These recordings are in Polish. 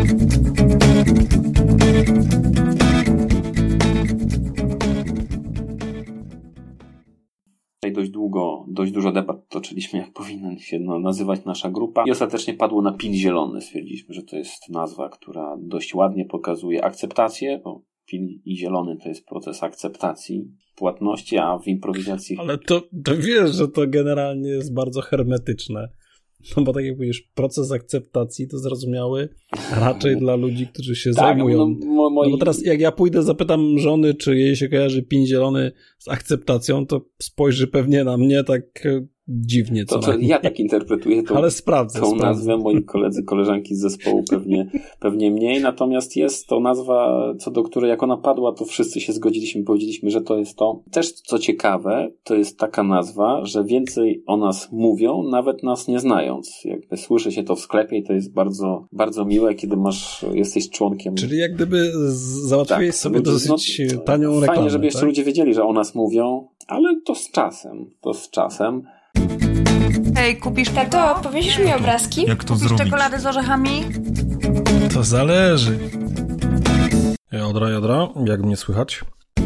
Dość dużo debat toczyliśmy, jak powinna się nazywać nasza grupa i ostatecznie padło na PiN zielony. Stwierdziliśmy, że to jest nazwa, która dość ładnie pokazuje akceptację, bo PiN i zielony to jest proces akceptacji płatności, a w improwizacji... Ale to wiesz, że to generalnie jest bardzo hermetyczne. No bo tak jak mówisz, proces akceptacji to zrozumiały raczej dla ludzi, którzy się zajmują. No bo teraz jak ja pójdę, zapytam żony, czy jej się kojarzy PiN zielony z akceptacją, to spojrzy pewnie na mnie tak dziwnie. Ja tak interpretuję ale sprawdzę. Nazwę. Moi koledzy, koleżanki z zespołu pewnie mniej. Natomiast jest to nazwa, co do której jak ona padła, to wszyscy się zgodziliśmy, powiedzieliśmy, że to jest to. Też co ciekawe, to jest taka nazwa, że więcej o nas mówią, nawet nas nie znając. Jakby słyszy się to w sklepie i to jest bardzo, bardzo miłe, kiedy jesteś członkiem. Czyli jak gdyby załatwiłeś sobie dosyć tanią reklamę. Fajnie, żeby jeszcze ludzie wiedzieli, że o nas mówią, ale to z czasem. Hej, kupisz... Tato, powiesisz mi obrazki? Jak to kupisz zrobić? czekoladę z orzechami? To zależy. Jodra, jak mnie słychać?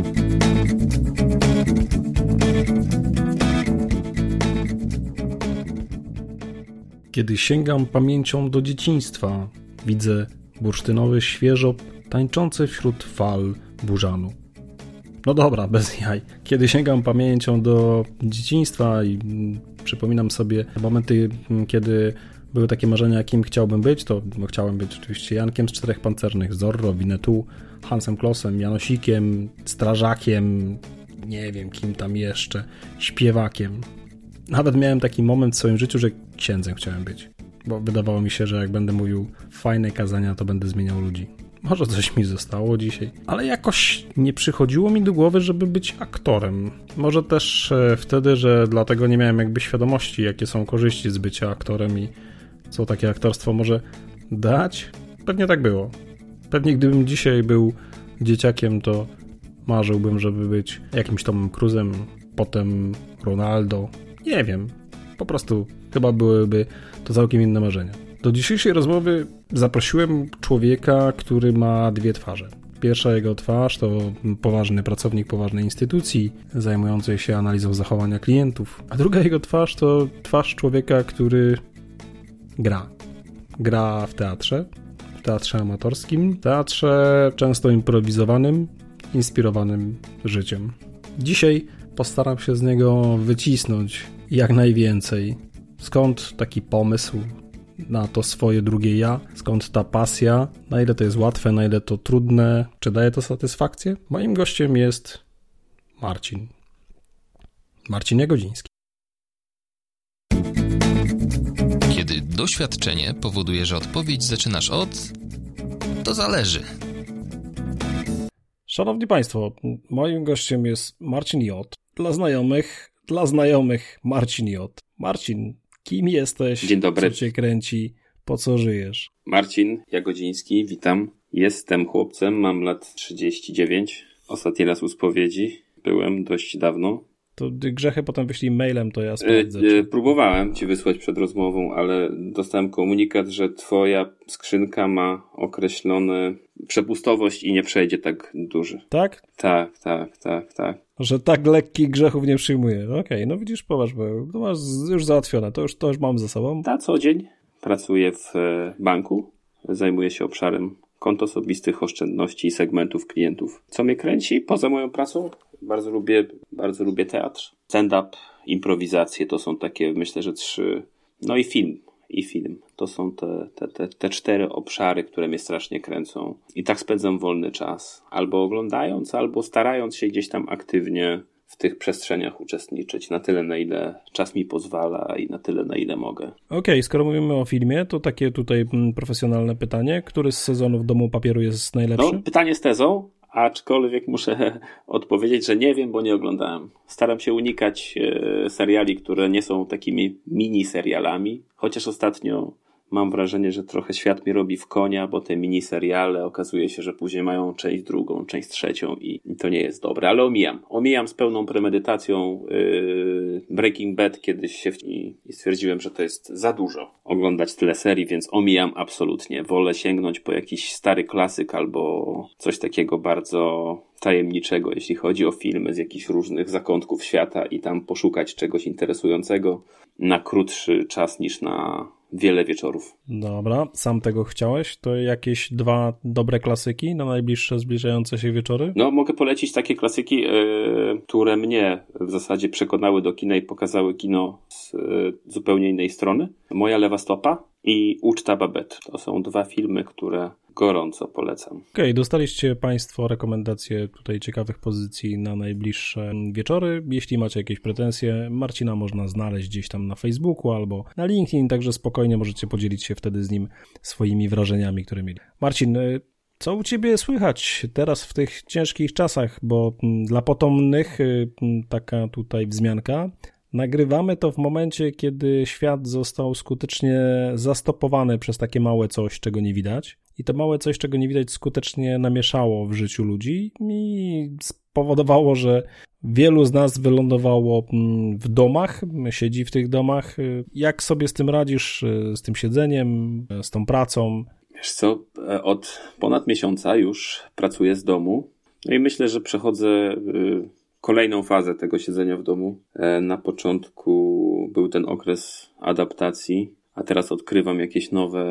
Kiedy sięgam pamięcią do dzieciństwa, widzę bursztynowy świeżop tańczący wśród fal burzanu. No dobra, bez jaj. Kiedy sięgam pamięcią do dzieciństwa i przypominam sobie momenty, kiedy były takie marzenia, kim chciałbym być, to chciałem być oczywiście Jankiem z Czterech Pancernych, Zorro, Winnetou, Hansem Klossem, Janosikiem, Strażakiem, nie wiem kim tam jeszcze, śpiewakiem. Nawet miałem taki moment w swoim życiu, że księdzem chciałem być, bo wydawało mi się, że jak będę mówił fajne kazania, to będę zmieniał ludzi. Może coś mi zostało dzisiaj, ale jakoś nie przychodziło mi do głowy, żeby być aktorem. Może też wtedy, że dlatego nie miałem jakby świadomości, jakie są korzyści z bycia aktorem i co takie aktorstwo może dać. Pewnie tak było. Pewnie gdybym dzisiaj był dzieciakiem, to marzyłbym, żeby być jakimś Tomem Cruise'em, potem Ronaldo. Nie wiem. Po prostu chyba byłyby to całkiem inne marzenia. Do dzisiejszej rozmowy zaprosiłem człowieka, który ma dwie twarze. Pierwsza jego twarz to poważny pracownik poważnej instytucji zajmującej się analizą zachowania klientów, a druga jego twarz to twarz człowieka, który gra. Gra w teatrze amatorskim, teatrze często improwizowanym, inspirowanym życiem. Dzisiaj postaram się z niego wycisnąć jak najwięcej. Skąd taki pomysł na to swoje drugie ja? Skąd ta pasja? Na ile to jest łatwe, na ile to trudne? Czy daje to satysfakcję? Moim gościem jest Marcin Jagodziński. Kiedy doświadczenie powoduje, że odpowiedź zaczynasz od... To zależy. Szanowni Państwo, moim gościem jest Marcin J. Dla znajomych Marcin J. Marcin, kim jesteś? Dzień dobry. Co cię kręci? Po co żyjesz? Marcin Jagodziński, witam. Jestem chłopcem, mam lat 39. Ostatni raz u spowiedzi byłem dość dawno. To grzechy potem wyślij mailem, to ja sprawdzę. Próbowałem ci wysłać przed rozmową, ale dostałem komunikat, że twoja skrzynka ma określone przepustowość i nie przejdzie tak duży. Tak? Tak. Że tak lekkich grzechów nie przyjmuję. Okej, no widzisz, popatrz, bo to masz już załatwione, to już mam ze sobą. Na co dzień pracuję w banku, zajmuję się obszarem kont osobistych, oszczędności i segmentów klientów. Co mnie kręci poza moją pracą? Bardzo lubię teatr, stand-up, improwizację, to są takie, myślę, że 3, no i film. To są te 4 obszary, które mnie strasznie kręcą. I tak spędzam wolny czas. Albo oglądając, albo starając się gdzieś tam aktywnie w tych przestrzeniach uczestniczyć. Na tyle, na ile czas mi pozwala i na tyle, na ile mogę. Okej, skoro mówimy o filmie, to takie tutaj profesjonalne pytanie. Który z sezonów Domu Papieru jest najlepszy? No, pytanie z tezą. Aczkolwiek muszę odpowiedzieć, że nie wiem, bo nie oglądałem. Staram się unikać seriali, które nie są takimi mini serialami, chociaż ostatnio mam wrażenie, że trochę świat mi robi w konia, bo te miniseriale okazuje się, że później mają część drugą, część trzecią i to nie jest dobre, ale omijam z pełną premedytacją Breaking Bad kiedyś się i stwierdziłem, że to jest za dużo oglądać tyle serii, więc omijam absolutnie. Wolę sięgnąć po jakiś stary klasyk albo coś takiego bardzo tajemniczego, jeśli chodzi o filmy z jakichś różnych zakątków świata i tam poszukać czegoś interesującego na krótszy czas niż na wiele wieczorów. Dobra, sam tego chciałeś? To jakieś 2 dobre klasyki na najbliższe zbliżające się wieczory? No, mogę polecić takie klasyki, które mnie w zasadzie przekonały do kina i pokazały kino z zupełnie innej strony. Moja lewa stopa i Uczta Babette. To są 2 filmy, które gorąco polecam. Okej, dostaliście Państwo rekomendacje tutaj ciekawych pozycji na najbliższe wieczory. Jeśli macie jakieś pretensje, Marcina można znaleźć gdzieś tam na Facebooku albo na LinkedIn, także spokojnie możecie podzielić się wtedy z nim swoimi wrażeniami, które mieli. Marcin, co u Ciebie słychać teraz w tych ciężkich czasach, bo dla potomnych taka tutaj wzmianka. Nagrywamy to w momencie, kiedy świat został skutecznie zastopowany przez takie małe coś, czego nie widać. I to małe coś, czego nie widać, skutecznie namieszało w życiu ludzi i spowodowało, że wielu z nas wylądowało w domach, siedzi w tych domach. Jak sobie z tym radzisz, z tym siedzeniem, z tą pracą? Wiesz co, od ponad miesiąca już pracuję z domu. No i myślę, że przechodzę kolejną fazę tego siedzenia w domu. Na początku był ten okres adaptacji, a teraz odkrywam jakieś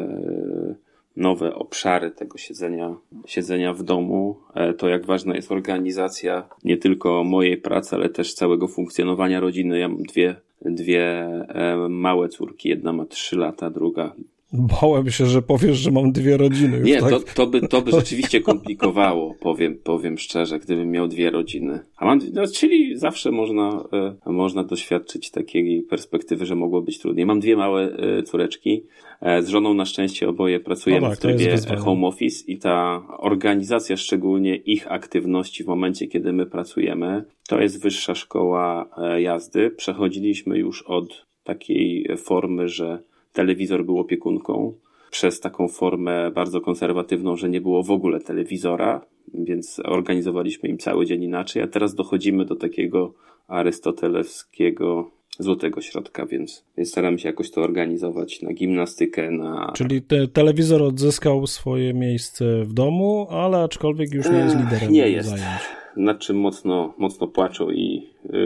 nowe obszary tego siedzenia w domu. To jak ważna jest organizacja nie tylko mojej pracy, ale też całego funkcjonowania rodziny. Ja mam dwie małe córki. Jedna ma 3 lata, druga... Bałem się, że powiesz, że mam 2 rodziny. Już nie, tak. to by rzeczywiście komplikowało, powiem szczerze, gdybym miał 2 rodziny. Czyli zawsze można doświadczyć takiej perspektywy, że mogło być trudniej. Mam 2 małe córeczki. Z żoną na szczęście oboje pracujemy w trybie home office i ta organizacja, szczególnie ich aktywności w momencie, kiedy my pracujemy, to jest wyższa szkoła jazdy. Przechodziliśmy już od takiej formy, że telewizor był opiekunką, przez taką formę bardzo konserwatywną, że nie było w ogóle telewizora, więc organizowaliśmy im cały dzień inaczej, a teraz dochodzimy do takiego arystotelewskiego złotego środka, więc staramy się jakoś to organizować na gimnastykę, Czyli telewizor odzyskał swoje miejsce w domu, ale aczkolwiek już nie jest liderem. Nie jest. Zajęć. Nad czym mocno płaczą i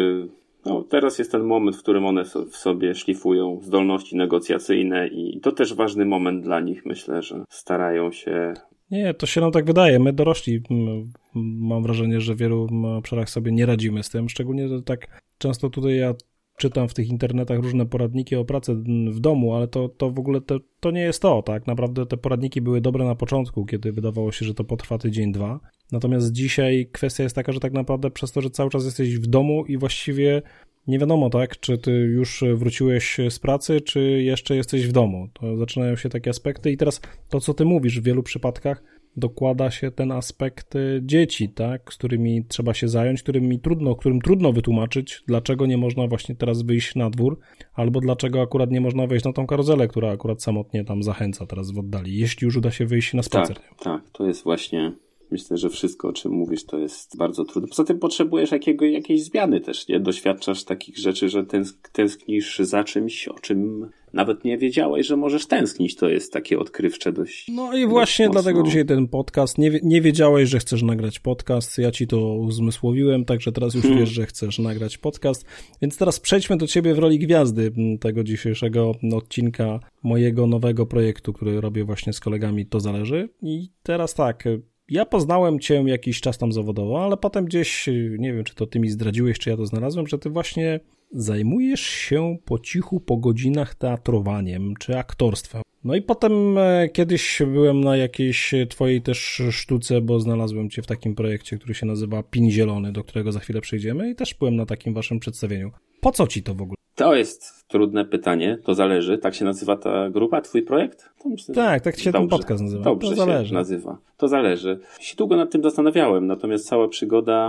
teraz jest ten moment, w którym one w sobie szlifują zdolności negocjacyjne i to też ważny moment dla nich. Myślę, że starają się... Nie, to się nam tak wydaje. My dorośli, mam wrażenie, że w wielu obszarach sobie nie radzimy z tym. Szczególnie to tak często tutaj ja czytam w tych internetach różne poradniki o pracy w domu, ale to w ogóle to nie jest to, tak? Naprawdę te poradniki były dobre na początku, kiedy wydawało się, że to potrwa tydzień, 2. Natomiast dzisiaj kwestia jest taka, że tak naprawdę przez to, że cały czas jesteś w domu i właściwie nie wiadomo, tak, czy ty już wróciłeś z pracy, czy jeszcze jesteś w domu. To zaczynają się takie aspekty i teraz to, co ty mówisz, w wielu przypadkach dokłada się ten aspekt dzieci, tak, z którymi trzeba się zająć, którym trudno wytłumaczyć, dlaczego nie można właśnie teraz wyjść na dwór, albo dlaczego akurat nie można wejść na tą karuzelę, która akurat samotnie tam zachęca teraz w oddali, jeśli już uda się wyjść na spacer. Tak, to jest właśnie... Myślę, że wszystko, o czym mówisz, to jest bardzo trudne. Poza tym potrzebujesz jakiejś zmiany też, nie? Doświadczasz takich rzeczy, że tęsknisz za czymś, o czym nawet nie wiedziałeś, że możesz tęsknić. To jest takie odkrywcze dość. No i właśnie dlatego dzisiaj ten podcast. Nie wiedziałeś, że chcesz nagrać podcast. Ja ci to uzmysłowiłem, także teraz już wiesz, że chcesz nagrać podcast. Więc teraz przejdźmy do ciebie w roli gwiazdy tego dzisiejszego odcinka mojego nowego projektu, który robię właśnie z kolegami To Zależy. I teraz tak... Ja poznałem cię jakiś czas tam zawodowo, ale potem gdzieś, nie wiem, czy to ty mi zdradziłeś, czy ja to znalazłem, że ty właśnie zajmujesz się po cichu, po godzinach teatrowaniem, czy aktorstwem. No i potem kiedyś byłem na jakiejś twojej też sztuce, bo znalazłem cię w takim projekcie, który się nazywa Pin Zielony, do którego za chwilę przejdziemy i też byłem na takim waszym przedstawieniu. Po co ci to w ogóle? To jest trudne pytanie, to zależy. Tak się nazywa ta grupa, twój projekt? To myślę, tak się ten podcast nazywa. Dobrze to zależy. Się nazywa. To zależy. Się długo nad tym zastanawiałem, natomiast cała przygoda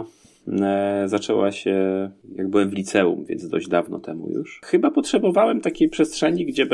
zaczęła się, jak byłem w liceum, więc dość dawno temu już. Chyba potrzebowałem takiej przestrzeni, gdzie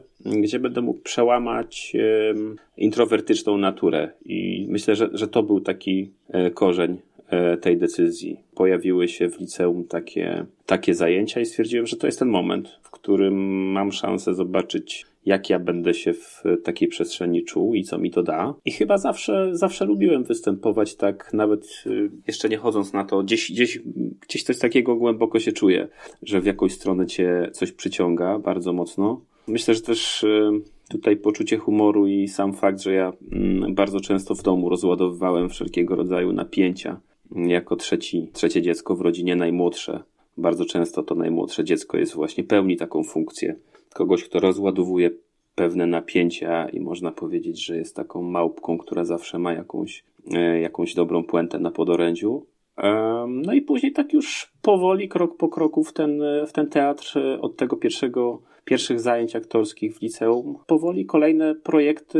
będę mógł przełamać introwertyczną naturę i myślę, że to był taki korzeń tej decyzji. Pojawiły się w liceum takie zajęcia i stwierdziłem, że to jest ten moment, w którym mam szansę zobaczyć, jak ja będę się w takiej przestrzeni czuł i co mi to da. I chyba zawsze lubiłem występować tak, nawet jeszcze nie chodząc na to, gdzieś coś takiego głęboko się czuję, że w jakąś stronę cię coś przyciąga bardzo mocno. Myślę, że też tutaj poczucie humoru i sam fakt, że ja bardzo często w domu rozładowywałem wszelkiego rodzaju napięcia. Jako trzecie dziecko w rodzinie, najmłodsze. Bardzo często to najmłodsze dziecko pełni taką funkcję. Kogoś, kto rozładowuje pewne napięcia i można powiedzieć, że jest taką małpką, która zawsze ma jakąś dobrą puentę na podorędziu. No i później tak już powoli, krok po kroku w ten teatr od tego pierwszych zajęć aktorskich w liceum. Powoli kolejne projekty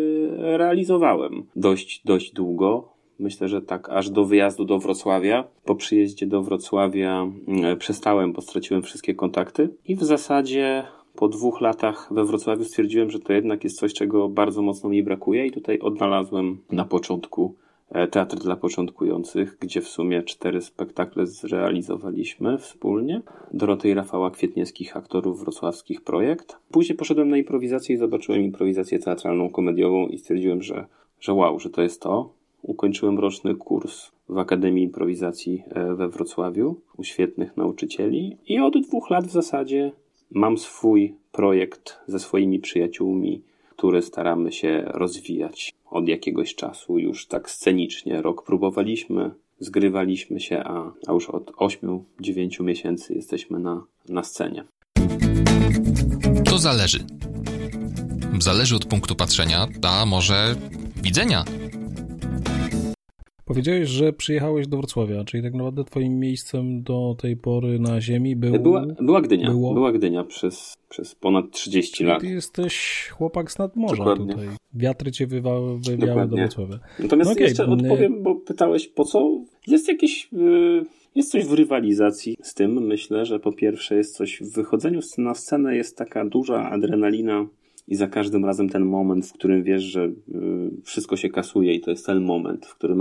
realizowałem. Dość długo. Myślę, że tak aż do wyjazdu do Wrocławia. Po przyjeździe do Wrocławia przestałem, bo straciłem wszystkie kontakty. I w zasadzie po 2 latach we Wrocławiu stwierdziłem, że to jednak jest coś, czego bardzo mocno mi brakuje. I tutaj odnalazłem na początku Teatr dla początkujących, gdzie w sumie 4 spektakle zrealizowaliśmy wspólnie. Doroty i Rafała Kwietniewskich, aktorów wrocławskich projekt. Później poszedłem na improwizację i zobaczyłem improwizację teatralną, komediową i stwierdziłem, że wow, że to jest to. Ukończyłem roczny kurs w Akademii Improwizacji we Wrocławiu u świetnych nauczycieli i od 2 lat w zasadzie mam swój projekt ze swoimi przyjaciółmi, który staramy się rozwijać od jakiegoś czasu już tak scenicznie. Rok próbowaliśmy, zgrywaliśmy się, a już od 8-9 miesięcy jesteśmy na scenie. To zależy. Zależy od punktu patrzenia, a może widzenia. Powiedziałeś, że przyjechałeś do Wrocławia, czyli tak naprawdę twoim miejscem do tej pory na ziemi była Gdynia. Była Gdynia przez ponad 30 czyli lat. Ty jesteś chłopak z nadmorza. Dokładnie. Tutaj. Wiatry cię wywiały do Wrocławia. Natomiast jeszcze odpowiem, bo pytałeś po co. Jest coś w rywalizacji z tym. Myślę, że po pierwsze jest coś w wychodzeniu na scenę, jest taka duża adrenalina i za każdym razem ten moment, w którym wiesz, że wszystko się kasuje i to jest ten moment, w którym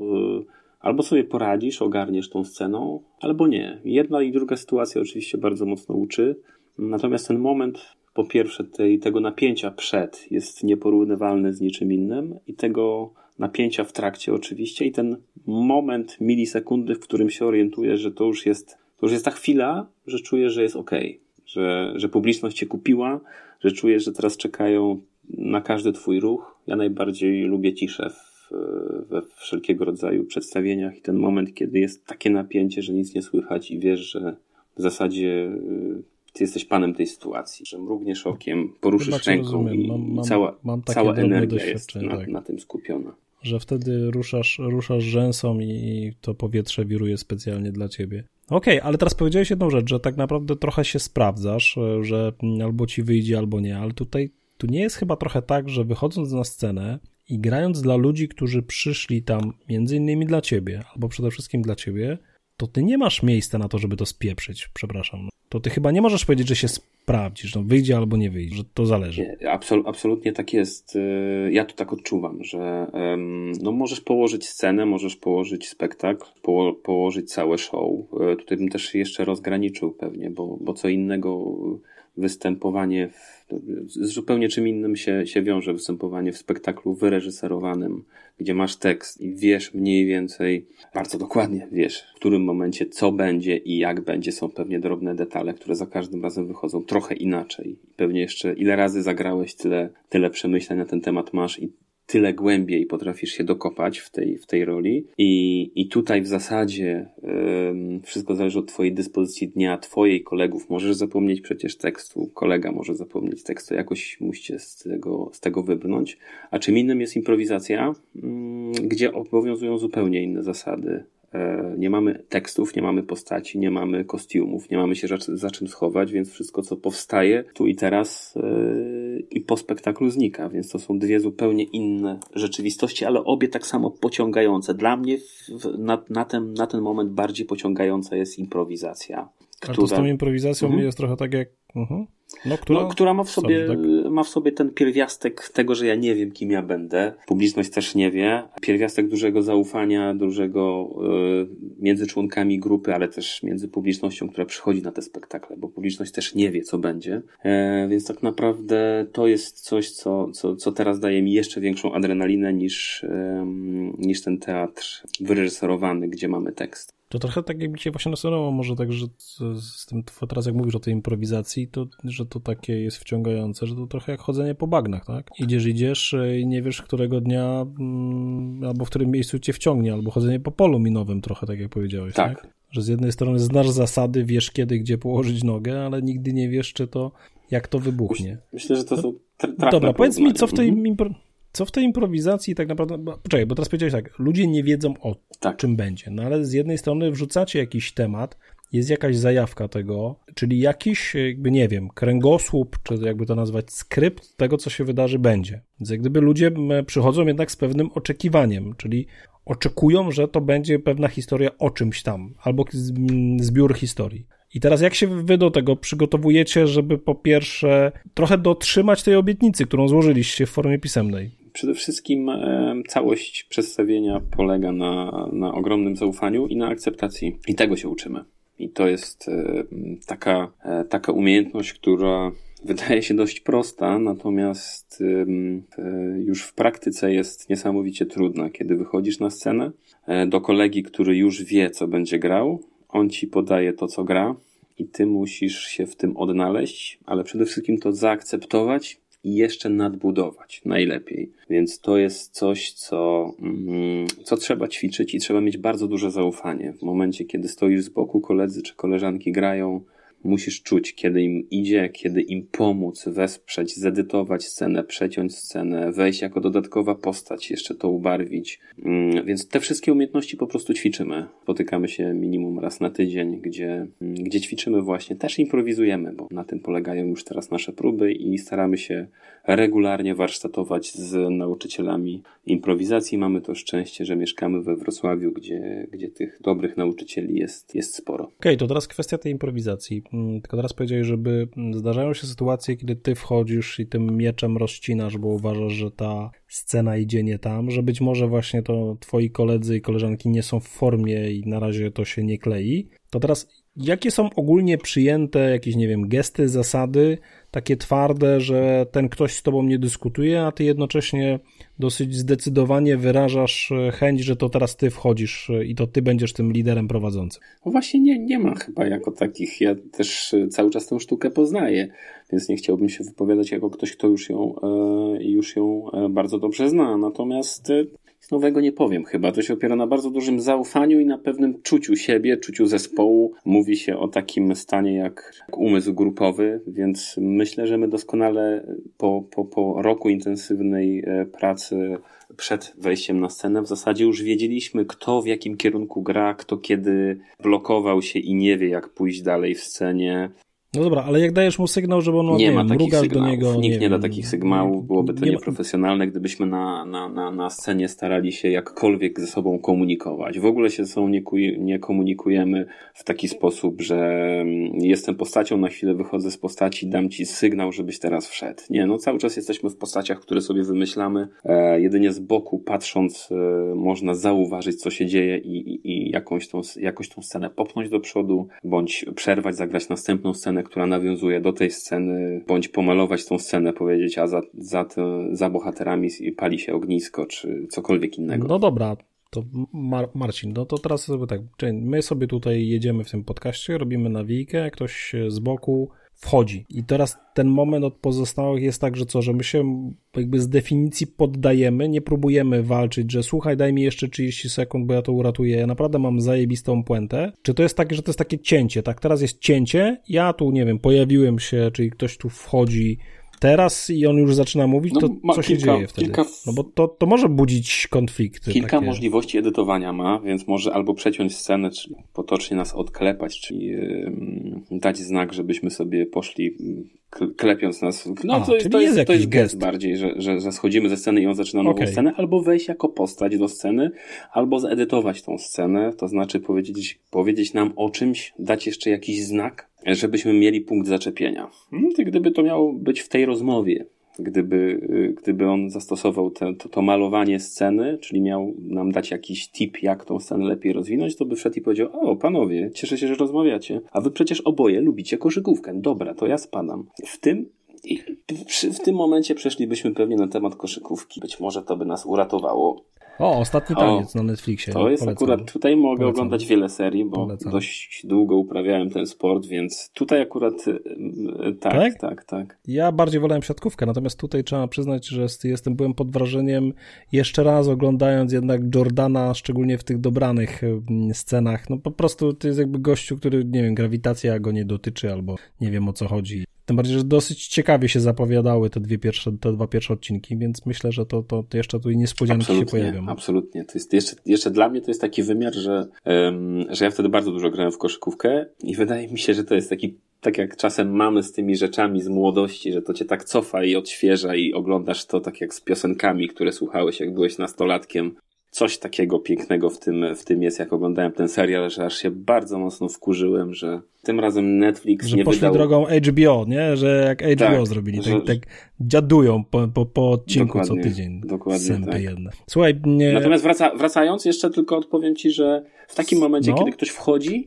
albo sobie poradzisz, ogarniesz tą sceną, albo nie. Jedna i druga sytuacja oczywiście bardzo mocno uczy. Natomiast ten moment, po pierwsze tego napięcia przed jest nieporównywalny z niczym innym i tego napięcia w trakcie oczywiście i ten moment, milisekundy, w którym się orientujesz, że to już jest ta chwila, że czujesz, że jest okej. Że publiczność cię kupiła, że czujesz, że teraz czekają na każdy twój ruch. Ja najbardziej lubię ciszę we wszelkiego rodzaju przedstawieniach i ten moment, kiedy jest takie napięcie, że nic nie słychać i wiesz, że w zasadzie ty jesteś panem tej sytuacji, że mrugniesz okiem, poruszysz ręką i cała energia jest na tym skupiona. Że wtedy ruszasz rzęsą i to powietrze wiruje specjalnie dla ciebie. Okej, ale teraz powiedziałeś jedną rzecz, że tak naprawdę trochę się sprawdzasz, że albo ci wyjdzie, albo nie, ale tu nie jest chyba trochę tak, że wychodząc na scenę i grając dla ludzi, którzy przyszli tam między innymi dla ciebie, albo przede wszystkim dla ciebie, to ty nie masz miejsca na to, żeby to spieprzyć, przepraszam. To ty chyba nie możesz powiedzieć, że się sprawdzisz, wyjdzie albo nie wyjdzie, że to zależy. Nie, absolutnie tak jest. Ja to tak odczuwam, że możesz położyć scenę, możesz położyć spektakl, położyć całe show. Tutaj bym też jeszcze rozgraniczył pewnie, bo co innego występowanie z zupełnie czym innym się wiąże występowanie w spektaklu wyreżyserowanym, gdzie masz tekst i wiesz mniej więcej, bardzo dokładnie wiesz, w którym momencie co będzie i jak będzie. Są pewnie drobne detale, które za każdym razem wychodzą trochę inaczej. Pewnie jeszcze ile razy zagrałeś, tyle przemyśleń na ten temat masz i tyle głębiej potrafisz się dokopać w tej roli. I tutaj w zasadzie wszystko zależy od twojej dyspozycji dnia, twojej, kolegów. Możesz zapomnieć przecież tekstu, kolega może zapomnieć tekstu, jakoś musicie z tego wybrnąć. A czym innym jest improwizacja, gdzie obowiązują zupełnie inne zasady. Nie mamy tekstów, nie mamy postaci, nie mamy kostiumów, nie mamy się za czym schować, więc wszystko, co powstaje tu i teraz, i po spektaklu znika, więc to są dwie zupełnie inne rzeczywistości, ale obie tak samo pociągające. Dla mnie na ten moment bardziej pociągająca jest improwizacja. A to z tą improwizacją jest trochę tak jak... która ma w sobie ten pierwiastek tego, że ja nie wiem, kim ja będę. Publiczność też nie wie. Pierwiastek dużego zaufania, dużego między członkami grupy, ale też między publicznością, która przychodzi na te spektakle, bo publiczność też nie wie, co będzie. Więc tak naprawdę to jest coś, co teraz daje mi jeszcze większą adrenalinę niż ten teatr wyreżyserowany, gdzie mamy tekst. To trochę tak jakby cię właśnie nasunęło może tak, że z tym teraz jak mówisz o tej improwizacji, to że to takie jest wciągające, że to trochę jak chodzenie po bagnach, tak? Idziesz i nie wiesz, którego dnia albo w którym miejscu cię wciągnie, albo chodzenie po polu minowym trochę, tak jak powiedziałeś, tak? Że z jednej strony znasz zasady, wiesz kiedy, gdzie położyć nogę, ale nigdy nie wiesz, jak to wybuchnie. Myślę, że to są Dobra, powiedz mi, co w tej improwizacji tak naprawdę... Poczekaj, bo teraz powiedziałeś tak, ludzie nie wiedzą o czym będzie, no ale z jednej strony wrzucacie jakiś temat, jest jakaś zajawka tego, czyli jakiś, jakby nie wiem, kręgosłup, czy jakby to nazwać, skrypt tego, co się wydarzy, będzie. Więc jak gdyby ludzie przychodzą jednak z pewnym oczekiwaniem, czyli oczekują, że to będzie pewna historia o czymś tam, albo zbiór historii. I teraz jak się wy do tego przygotowujecie, żeby po pierwsze trochę dotrzymać tej obietnicy, którą złożyliście w formie pisemnej? Przede wszystkim całość przedstawienia polega na ogromnym zaufaniu i na akceptacji. I tego się uczymy. I to jest taka umiejętność, która wydaje się dość prosta, natomiast już w praktyce jest niesamowicie trudna. Kiedy wychodzisz na scenę do kolegi, który już wie, co będzie grał, on ci podaje to, co gra i ty musisz się w tym odnaleźć, ale przede wszystkim to zaakceptować i jeszcze nadbudować najlepiej. Więc to jest coś, co trzeba ćwiczyć i trzeba mieć bardzo duże zaufanie. W momencie, kiedy stoisz z boku, koledzy czy koleżanki grają, musisz czuć, kiedy im idzie, kiedy im pomóc, wesprzeć, zedytować scenę, przeciąć scenę, wejść jako dodatkowa postać, jeszcze to ubarwić. Więc te wszystkie umiejętności po prostu ćwiczymy. Spotykamy się minimum raz na tydzień, gdzie ćwiczymy właśnie. Też improwizujemy, bo na tym polegają już teraz nasze próby i staramy się regularnie warsztatować z nauczycielami improwizacji. Mamy to szczęście, że mieszkamy we Wrocławiu, gdzie tych dobrych nauczycieli jest sporo. Okej, to teraz kwestia tej improwizacji. Tylko teraz powiedziałeś, żeby zdarzają się sytuacje, kiedy ty wchodzisz i tym mieczem rozcinasz, bo uważasz, że ta scena idzie nie tam, że być może właśnie to twoi koledzy i koleżanki nie są w formie i na razie to się nie klei. To teraz jakie są ogólnie przyjęte jakieś, nie wiem, gesty, zasady, takie twarde, że ten ktoś z tobą nie dyskutuje, a ty jednocześnie dosyć zdecydowanie wyrażasz chęć, że to teraz ty wchodzisz i to ty będziesz tym liderem prowadzącym? No właśnie nie ma chyba jako takich. Ja też cały czas tę sztukę poznaję, więc nie chciałbym się wypowiadać jako ktoś, kto już ją bardzo dobrze zna. Natomiast nic nowego nie powiem chyba. To się opiera na bardzo dużym zaufaniu i na pewnym czuciu siebie, czuciu zespołu. Mówi się o takim stanie jak umysł grupowy, więc myślę, że my doskonale po roku intensywnej pracy przed wejściem na scenę w zasadzie już wiedzieliśmy, kto w jakim kierunku gra, kto kiedy blokował się i nie wie, jak pójść dalej w scenie. No dobra, ale jak dajesz mu sygnał, żeby on nie ma takich sygnałów. Do niego, Nikt nie da takich sygnałów, byłoby to nieprofesjonalne, gdybyśmy na scenie starali się jakkolwiek ze sobą komunikować. W ogóle się ze sobą nie komunikujemy w taki sposób, że jestem postacią, na chwilę wychodzę z postaci, dam ci sygnał, żebyś teraz wszedł. Nie, no cały czas jesteśmy w postaciach, które sobie wymyślamy. Jedynie z boku patrząc można zauważyć, co się dzieje i jakoś tą scenę popchnąć do przodu, bądź przerwać, zagrać następną scenę, która nawiązuje do tej sceny, bądź pomalować tą scenę, powiedzieć, a za bohaterami pali się ognisko, czy cokolwiek innego. No dobra, to Marcin, no to teraz sobie tak, my sobie tutaj jedziemy w tym podcaście, robimy nawijkę, ktoś z boku wchodzi. I teraz ten moment od pozostałych jest tak, że że my się jakby z definicji poddajemy, nie próbujemy walczyć, że słuchaj, daj mi jeszcze 30 sekund, bo ja to uratuję, ja naprawdę mam zajebistą puentę. Czy to jest takie, że to jest takie cięcie, tak? Teraz jest cięcie, ja tu, nie wiem, pojawiłem się, czyli ktoś tu wchodzi teraz i on już zaczyna mówić, to co się dzieje wtedy? No bo to może budzić konflikty. Kilka możliwości edytowania ma, więc może albo przeciąć scenę, czyli potocznie nas odklepać, czyli dać znak, żebyśmy sobie poszli klepiąc nas. Czyli jest jakiś gest bardziej, że schodzimy ze sceny i on zaczyna nową scenę, albo wejść jako postać do sceny, albo zedytować tą scenę, to znaczy powiedzieć nam o czymś, dać jeszcze jakiś znak, żebyśmy mieli punkt zaczepienia. Gdyby to miało być w tej rozmowie, gdyby on zastosował to malowanie sceny, czyli miał nam dać jakiś tip, jak tą scenę lepiej rozwinąć, to by wszedł i powiedział: o, panowie, cieszę się, że rozmawiacie, a wy przecież oboje lubicie koszykówkę. Dobra, to ja spadam. W tym momencie przeszlibyśmy pewnie na temat koszykówki. Być może to by nas uratowało. Ostatni taniec na Netflixie. To jest akurat, tutaj mogę oglądać wiele serii, bo dość długo uprawiałem ten sport, więc tutaj akurat tak. Ja bardziej wolałem siatkówkę, natomiast tutaj trzeba przyznać, że byłem pod wrażeniem jeszcze raz oglądając jednak Jordana, szczególnie w tych dobranych scenach. No po prostu to jest jakby gościu, który, nie wiem, grawitacja go nie dotyczy albo nie wiem o co chodzi. Tym bardziej, że dosyć ciekawie się zapowiadały te dwa pierwsze odcinki, więc myślę, że to jeszcze tu niespodzianki się pojawią. Absolutnie. To jest jeszcze dla mnie to jest taki wymiar, że ja wtedy bardzo dużo grałem w koszykówkę i wydaje mi się, że to jest taki, tak jak czasem mamy z tymi rzeczami z młodości, że to cię tak cofa i odświeża i oglądasz to tak jak z piosenkami, które słuchałeś, jak byłeś nastolatkiem. Coś takiego pięknego w tym jest, jak oglądałem ten serial, że aż się bardzo mocno wkurzyłem, że tym razem Netflix że nie poszli wydał... drogą HBO, nie? Że jak HBO zrobili, tak dziadują po odcinku co tydzień. Dokładnie tak. Jedne. Słuchaj, Natomiast wracając, jeszcze tylko odpowiem ci, że w takim momencie, kiedy ktoś wchodzi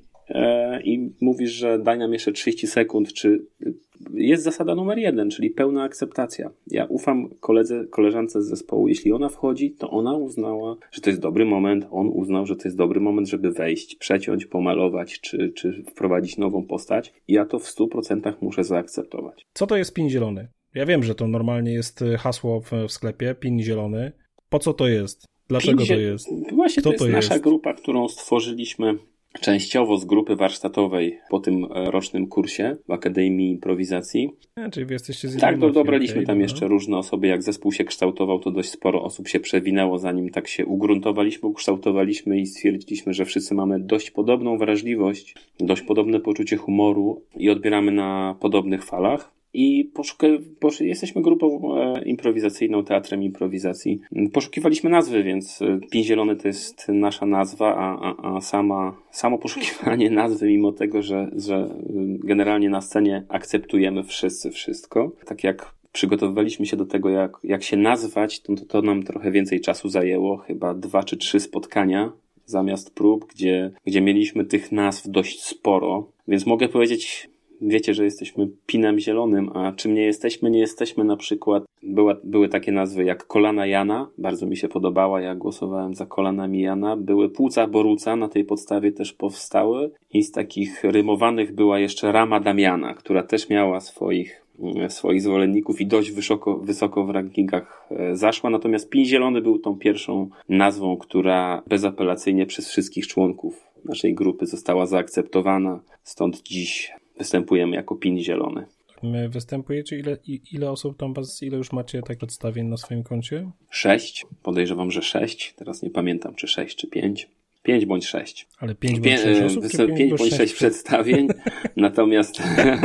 i mówisz, że daj nam jeszcze 30 sekund, czy jest zasada numer 1, czyli pełna akceptacja. Ja ufam koleżance z zespołu. Jeśli ona wchodzi, to ona uznała, że to jest dobry moment. On uznał, że to jest dobry moment, żeby wejść, przeciąć, pomalować, czy wprowadzić nową postać. I ja to w 100% muszę zaakceptować. Co to jest pin zielony? Ja wiem, że to normalnie jest hasło w sklepie, pin zielony. Po co to jest? Dlaczego to jest? Właśnie to jest nasza grupa, którą stworzyliśmy częściowo z grupy warsztatowej po tym rocznym kursie w Akademii Improwizacji. Czyli wy jesteście z Tak, dobraliśmy tam jeszcze różne osoby. Jak zespół się kształtował, to dość sporo osób się przewinęło, zanim tak się ukształtowaliśmy i stwierdziliśmy, że wszyscy mamy dość podobną wrażliwość, dość podobne poczucie humoru i odbieramy na podobnych falach. I jesteśmy grupą improwizacyjną, teatrem improwizacji. Poszukiwaliśmy nazwy, więc Pin Zielony to jest nasza nazwa, a samo poszukiwanie nazwy, mimo tego, że generalnie na scenie akceptujemy wszyscy wszystko. Tak jak przygotowywaliśmy się do tego, jak się nazwać, to nam trochę więcej czasu zajęło, chyba 2 czy 3 spotkania zamiast prób, gdzie mieliśmy tych nazw dość sporo, więc mogę powiedzieć... Wiecie, że jesteśmy pinem zielonym, a czym nie jesteśmy? Nie jesteśmy na przykład, były takie nazwy jak Kolana Jana, bardzo mi się podobała, ja głosowałem za Kolanami Jana, były Płuca Boruca, na tej podstawie też powstały i z takich rymowanych była jeszcze Rama Damiana, która też miała swoich zwolenników i dość wysoko w rankingach zaszła, natomiast Pin Zielony był tą pierwszą nazwą, która bezapelacyjnie przez wszystkich członków naszej grupy została zaakceptowana, stąd dziś występujemy jako Pin Zielony. Występujecie? Ile osób tam ile już macie tak przedstawień na swoim koncie? 6. Podejrzewam, że 6. Teraz nie pamiętam, czy 6, czy 5. 5 bądź 6. Ale 5 bądź 6 osób, 5 bądź 6 przedstawień. Natomiast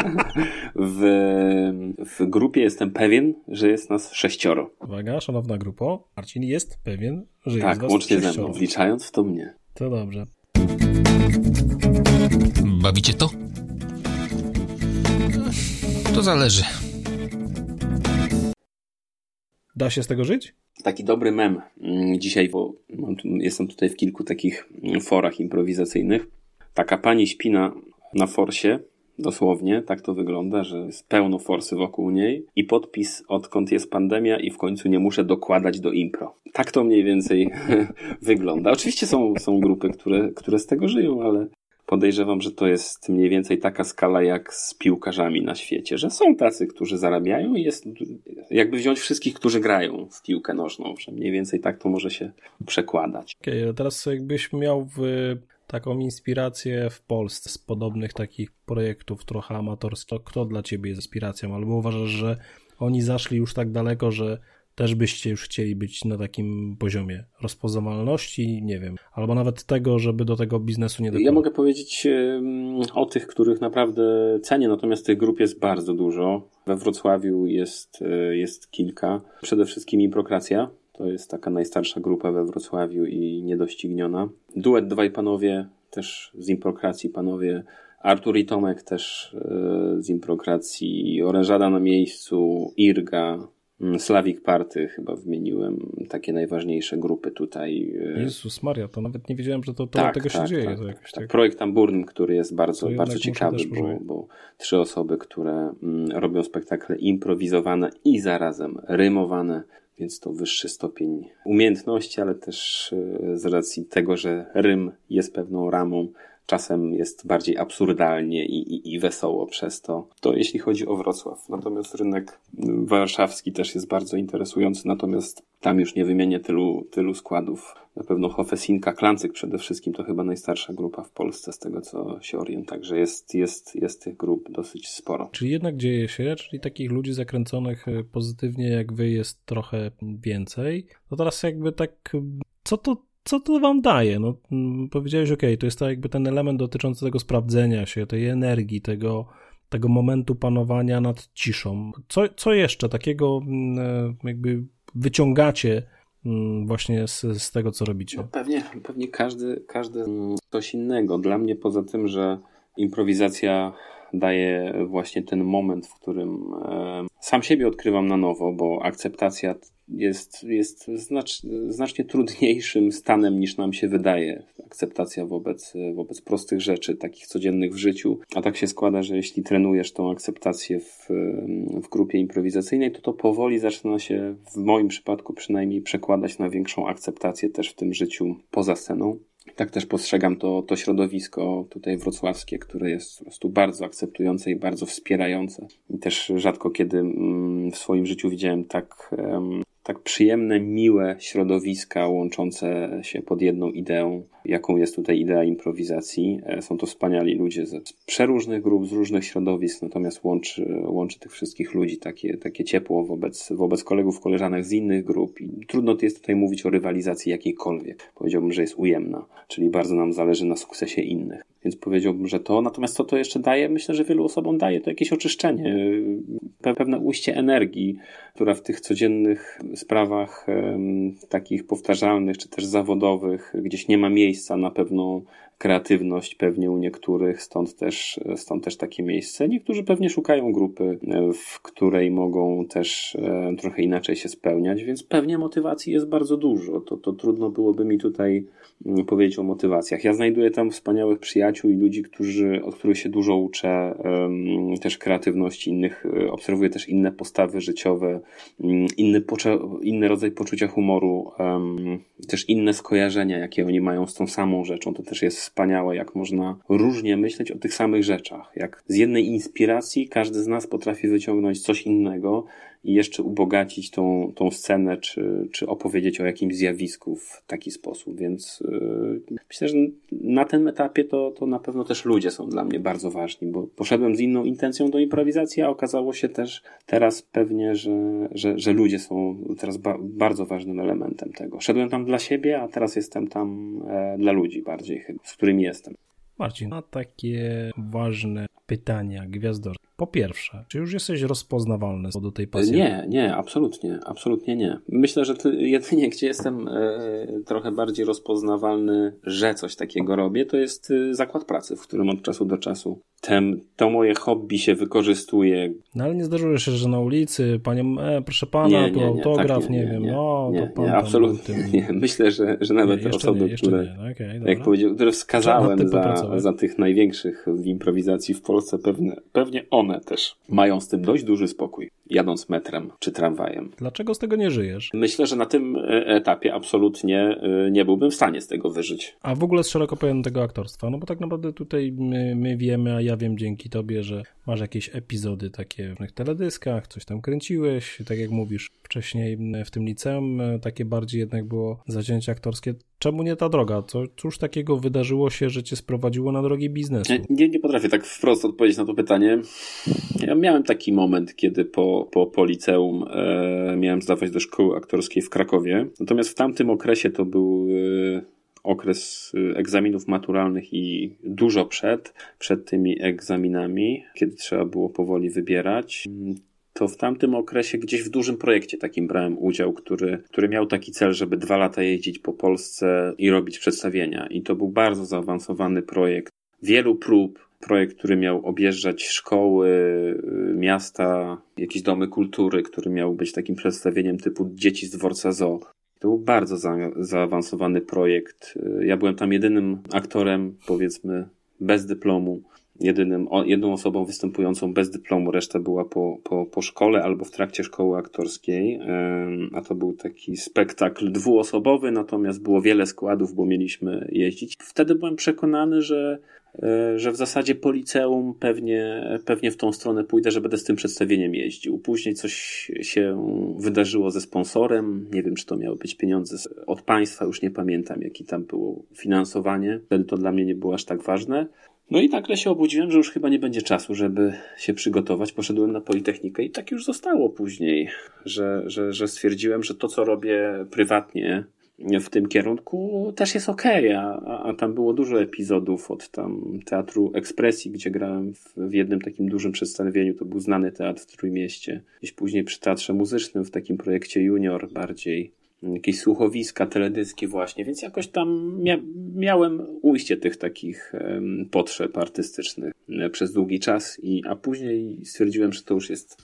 w grupie jestem pewien, że jest nas 6. Uwaga, szanowna grupo. Marcin jest pewien, że jest was 6. Tak, łącznie ze mną, wliczając w to mnie. To dobrze. Bawicie to? To zależy. Da się z tego żyć? Taki dobry mem dzisiaj, bo jestem tutaj w kilku takich forach improwizacyjnych. Taka pani śpi na forsie, dosłownie, tak to wygląda, że jest pełno forsy wokół niej i podpis odkąd jest pandemia i w końcu nie muszę dokładać do impro. Tak to mniej więcej wygląda. Oczywiście są grupy, które z tego żyją, ale podejrzewam, że to jest mniej więcej taka skala jak z piłkarzami na świecie, że są tacy, którzy zarabiają i jest jakby wziąć wszystkich, którzy grają w piłkę nożną, że mniej więcej tak to może się przekładać. Okej, teraz jakbyś miał taką inspirację w Polsce z podobnych takich projektów trochę amatorskich, kto dla ciebie jest inspiracją? Albo uważasz, że oni zaszli już tak daleko, że też byście już chcieli być na takim poziomie rozpoznawalności, nie wiem, albo nawet tego, żeby do tego biznesu nie doprowadzić? Ja mogę powiedzieć o tych, których naprawdę cenię, natomiast tych grup jest bardzo dużo. We Wrocławiu jest kilka. Przede wszystkim Improkracja. To jest taka najstarsza grupa we Wrocławiu i niedościgniona. Duet Dwaj Panowie, też z Improkracji panowie. Artur i Tomek też z Improkracji. Orężada na miejscu, Irga, Slavic Party chyba wymieniłem. Takie najważniejsze grupy tutaj. Jezus Maria, to nawet nie wiedziałem, że to tego się dzieje. To jakoś tak. Projekt Tamburn, który jest bardzo ciekawy, bo 3 osoby, które robią spektakle improwizowane i zarazem rymowane, więc to wyższy stopień umiejętności, ale też z racji tego, że rym jest pewną ramą, czasem jest bardziej absurdalnie i wesoło przez to. To jeśli chodzi o Wrocław. Natomiast rynek warszawski też jest bardzo interesujący, natomiast tam już nie wymienię tylu składów. Na pewno Hofesinka, Klancyk przede wszystkim to chyba najstarsza grupa w Polsce, z tego co się orientuję. Także jest tych grup dosyć sporo. Czyli jednak dzieje się, czyli takich ludzi zakręconych pozytywnie jak wy jest trochę więcej. To teraz jakby tak, co to wam daje? No, powiedziałeś, to jest to jakby ten element dotyczący tego sprawdzenia się, tej energii, tego momentu panowania nad ciszą. Co jeszcze takiego jakby wyciągacie właśnie z tego, co robicie? No pewnie każdy coś innego. Dla mnie poza tym, że improwizacja daje właśnie ten moment, w którym sam siebie odkrywam na nowo, bo akceptacja jest znacznie trudniejszym stanem niż nam się wydaje. Akceptacja wobec prostych rzeczy, takich codziennych w życiu. A tak się składa, że jeśli trenujesz tą akceptację w grupie improwizacyjnej, to powoli zaczyna się, w moim przypadku przynajmniej, przekładać na większą akceptację też w tym życiu poza sceną. Tak też postrzegam to środowisko tutaj wrocławskie, które jest po prostu bardzo akceptujące i bardzo wspierające. I też rzadko kiedy w swoim życiu widziałem tak przyjemne, miłe środowiska łączące się pod jedną ideą, jaką jest tutaj idea improwizacji. Są to wspaniali ludzie z przeróżnych grup, z różnych środowisk, natomiast łączy tych wszystkich ludzi takie ciepło wobec kolegów, koleżanek z innych grup. I trudno jest tutaj mówić o rywalizacji jakiejkolwiek. Powiedziałbym, że jest ujemna, czyli bardzo nam zależy na sukcesie innych. Więc powiedziałbym, że to. Natomiast co to jeszcze daje? Myślę, że wielu osobom daje to jakieś oczyszczenie, pewne ujście energii, która w tych codziennych sprawach takich powtarzalnych, czy też zawodowych, gdzieś nie ma miejsca na pewną kreatywność pewnie u niektórych, stąd też takie miejsce. Niektórzy pewnie szukają grupy, w której mogą też trochę inaczej się spełniać, więc pewnie motywacji jest bardzo dużo. To trudno byłoby mi tutaj powiedzieć o motywacjach. Ja znajduję tam wspaniałych przyjaciół i ludzi, od których się dużo uczę, też kreatywności innych, obserwuję też inne postawy życiowe, inny rodzaj poczucia humoru, też inne skojarzenia, jakie oni mają z tą samą rzeczą. To też jest wspaniałe, jak można różnie myśleć o tych samych rzeczach. Jak z jednej inspiracji każdy z nas potrafi wyciągnąć coś innego i jeszcze ubogacić tą scenę, czy opowiedzieć o jakimś zjawisku w taki sposób. Więc myślę, że na tym etapie to na pewno też ludzie są dla mnie bardzo ważni, bo poszedłem z inną intencją do improwizacji, a okazało się też teraz pewnie, że ludzie są teraz bardzo ważnym elementem tego. Szedłem tam dla siebie, a teraz jestem tam dla ludzi bardziej chyba, z którymi jestem. Marcin, a takie ważne pytania gwiazdorskie. Po pierwsze, czy już jesteś rozpoznawalny do tej pasji? Nie, absolutnie nie. Myślę, że jedynie gdzie jestem trochę bardziej rozpoznawalny, że coś takiego robię, to jest zakład pracy, w którym od czasu do czasu to moje hobby się wykorzystuje. No ale nie zdarzyło się, że na ulicy panią, proszę pana, tu autograf, tak, nie, absolutnie nie. Myślę, że nawet te osoby, które, jak powiedział, które wskazałem za tych największych w improwizacji w Polsce, pewnie one też mają z tym dość duży spokój, jadąc metrem czy tramwajem. Dlaczego z tego nie żyjesz? Myślę, że na tym etapie absolutnie nie byłbym w stanie z tego wyżyć. A w ogóle z szeroko pojętego aktorstwa, no bo tak naprawdę tutaj my wiemy, a ja wiem dzięki tobie, że masz jakieś epizody takie w teledyskach, coś tam kręciłeś, tak jak mówisz wcześniej w tym liceum, takie bardziej jednak było zacięcie aktorskie. czemu nie ta droga? Cóż takiego wydarzyło się, że cię sprowadziło na drogi biznesu? Nie potrafię tak wprost odpowiedzieć na to pytanie. Ja miałem taki moment, kiedy po liceum miałem zdawać do szkoły aktorskiej w Krakowie. Natomiast w tamtym okresie to był okres egzaminów maturalnych i dużo przed tymi egzaminami, kiedy trzeba było powoli wybierać. To w tamtym okresie gdzieś w dużym projekcie takim brałem udział, który miał taki cel, żeby 2 lata jeździć po Polsce i robić przedstawienia. I to był bardzo zaawansowany projekt. Wielu prób. Projekt, który miał objeżdżać szkoły, miasta, jakieś domy kultury, który miał być takim przedstawieniem typu Dzieci z dworca zoo. To był bardzo zaawansowany projekt. Ja byłem tam jedynym aktorem, powiedzmy, bez dyplomu. Jedną osobą występującą bez dyplomu, reszta była po szkole albo w trakcie szkoły aktorskiej, a to był taki spektakl 2-osobowy, natomiast było wiele składów, bo mieliśmy jeździć. Wtedy byłem przekonany, że w zasadzie po liceum pewnie w tą stronę pójdę, że będę z tym przedstawieniem jeździł. Później coś się wydarzyło ze sponsorem, nie wiem, czy to miały być pieniądze od państwa, już nie pamiętam, jakie tam było finansowanie. Wtedy to dla mnie nie było aż tak ważne. No i nagle się obudziłem, że już chyba nie będzie czasu, żeby się przygotować. Poszedłem na Politechnikę i tak już zostało później, że stwierdziłem, że to, co robię prywatnie w tym kierunku, też jest okej. A tam było dużo epizodów od tam Teatru Ekspresji, gdzie grałem w jednym takim dużym przedstawieniu. To był znany teatr w Trójmieście. Gdzieś później przy Teatrze Muzycznym w takim projekcie Junior bardziej. Jakieś słuchowiska, teledyski właśnie, więc jakoś tam miałem ujście tych takich potrzeb artystycznych przez długi czas, a później stwierdziłem, że to już jest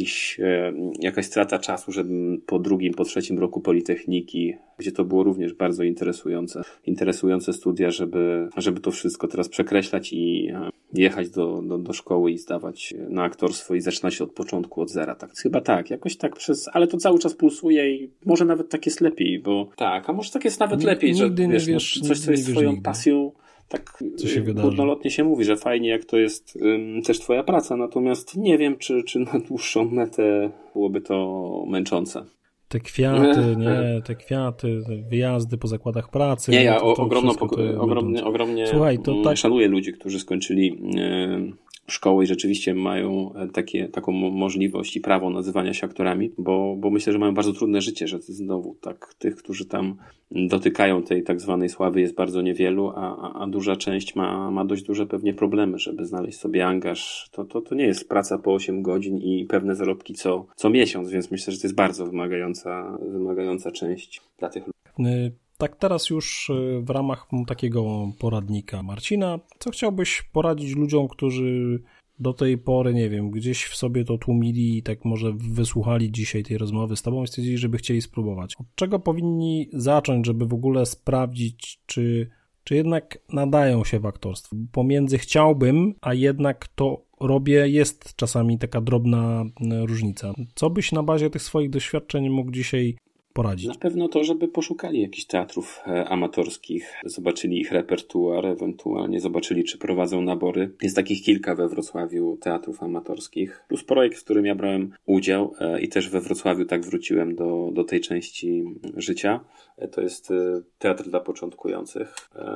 jakaś strata czasu, żebym po 2., po 3. roku Politechniki, gdzie to było również bardzo interesujące studia, żeby to wszystko teraz przekreślać i jechać do szkoły i zdawać na aktorstwo i zaczynać od początku, od zera. Tak, chyba tak, jakoś tak ale to cały czas pulsuje i może nawet tak jest lepiej, bo tak, a może tak jest nawet lepiej, że wiesz, coś, co jest twoją pasją, tak górnolotnie się mówi, że fajnie, jak to jest też twoja praca, natomiast nie wiem, czy na dłuższą metę byłoby to męczące. Te kwiaty, te kwiaty, te wyjazdy po zakładach pracy. Nie, ja ogromnie Słuchaj, to tak... szanuję ludzi, którzy skończyli szkoły i rzeczywiście mają taką możliwość i prawo nazywania się aktorami, bo myślę, że mają bardzo trudne życie, że znowu tak tych, którzy tam dotykają tej tak zwanej sławy jest bardzo niewielu, a duża część ma dość duże pewnie problemy, żeby znaleźć sobie angaż. To nie jest praca po 8 godzin i pewne zarobki co miesiąc, więc myślę, że to jest bardzo wymagająca część dla tych ludzi. Tak teraz już w ramach takiego poradnika Marcina, co chciałbyś poradzić ludziom, którzy do tej pory, nie wiem, gdzieś w sobie to tłumili i tak może wysłuchali dzisiaj tej rozmowy z tobą i stwierdzili, żeby chcieli spróbować. Od czego powinni zacząć, żeby w ogóle sprawdzić, czy jednak nadają się w aktorstwo? Pomiędzy chciałbym, a jednak to robię, jest czasami taka drobna różnica. Co byś na bazie tych swoich doświadczeń mógł dzisiaj poradzić? Na pewno to, żeby poszukali jakichś teatrów amatorskich, zobaczyli ich repertuar, ewentualnie zobaczyli, czy prowadzą nabory. Jest takich kilka we Wrocławiu teatrów amatorskich, plus projekt, w którym ja brałem udział i też we Wrocławiu tak wróciłem do tej części życia. To jest teatr dla początkujących.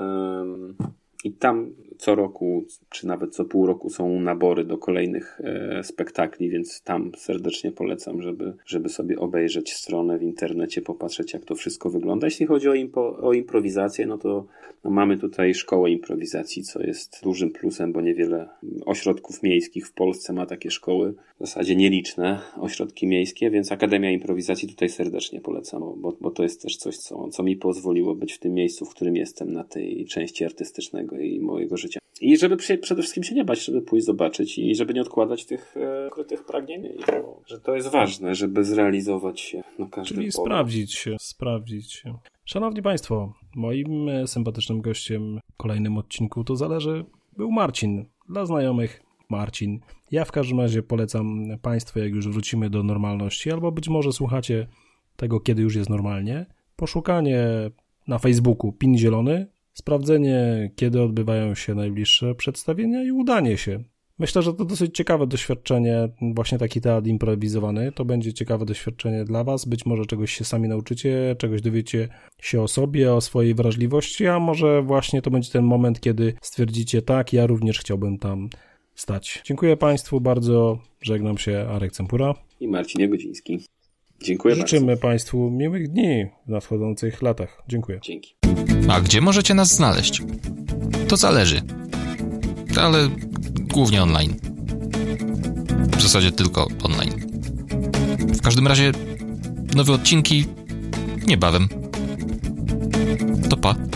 I tam co roku, czy nawet co pół roku są nabory do kolejnych spektakli, więc tam serdecznie polecam, żeby sobie obejrzeć stronę w internecie, popatrzeć, jak to wszystko wygląda. Jeśli chodzi o improwizację, no to mamy tutaj szkołę improwizacji, co jest dużym plusem, bo niewiele ośrodków miejskich w Polsce ma takie szkoły, w zasadzie nieliczne ośrodki miejskie, więc Akademia Improwizacji tutaj serdecznie polecam, bo to jest też coś, co mi pozwoliło być w tym miejscu, w którym jestem, na tej części artystycznego i mojego życia. I żeby przede wszystkim się nie bać, żeby pójść zobaczyć i żeby nie odkładać tych ukrytych pragnień, że to jest ważne, żeby zrealizować się na każdym polu. Czyli sprawdzić się. Szanowni Państwo, moim sympatycznym gościem w kolejnym odcinku To Zależy był Marcin. Dla znajomych Marcin. Ja w każdym razie polecam Państwu, jak już wrócimy do normalności, albo być może słuchacie tego, kiedy już jest normalnie, poszukanie na Facebooku PIN zielony, sprawdzenie, kiedy odbywają się najbliższe przedstawienia i udanie się. Myślę, że to dosyć ciekawe doświadczenie, właśnie taki teatr improwizowany. To będzie ciekawe doświadczenie dla was. Być może czegoś się sami nauczycie, czegoś dowiecie się o sobie, o swojej wrażliwości, a może właśnie to będzie ten moment, kiedy stwierdzicie, tak, ja również chciałbym tam stać. Dziękuję państwu bardzo. Żegnam się, Arek Cempura i Marcin Jagodziński. Dziękuję bardzo. Życzymy państwu miłych dni w nadchodzących latach. Dziękuję. Dzięki. A gdzie możecie nas znaleźć? To zależy. Ale głównie online. W zasadzie tylko online. W każdym razie nowe odcinki niebawem. To pa.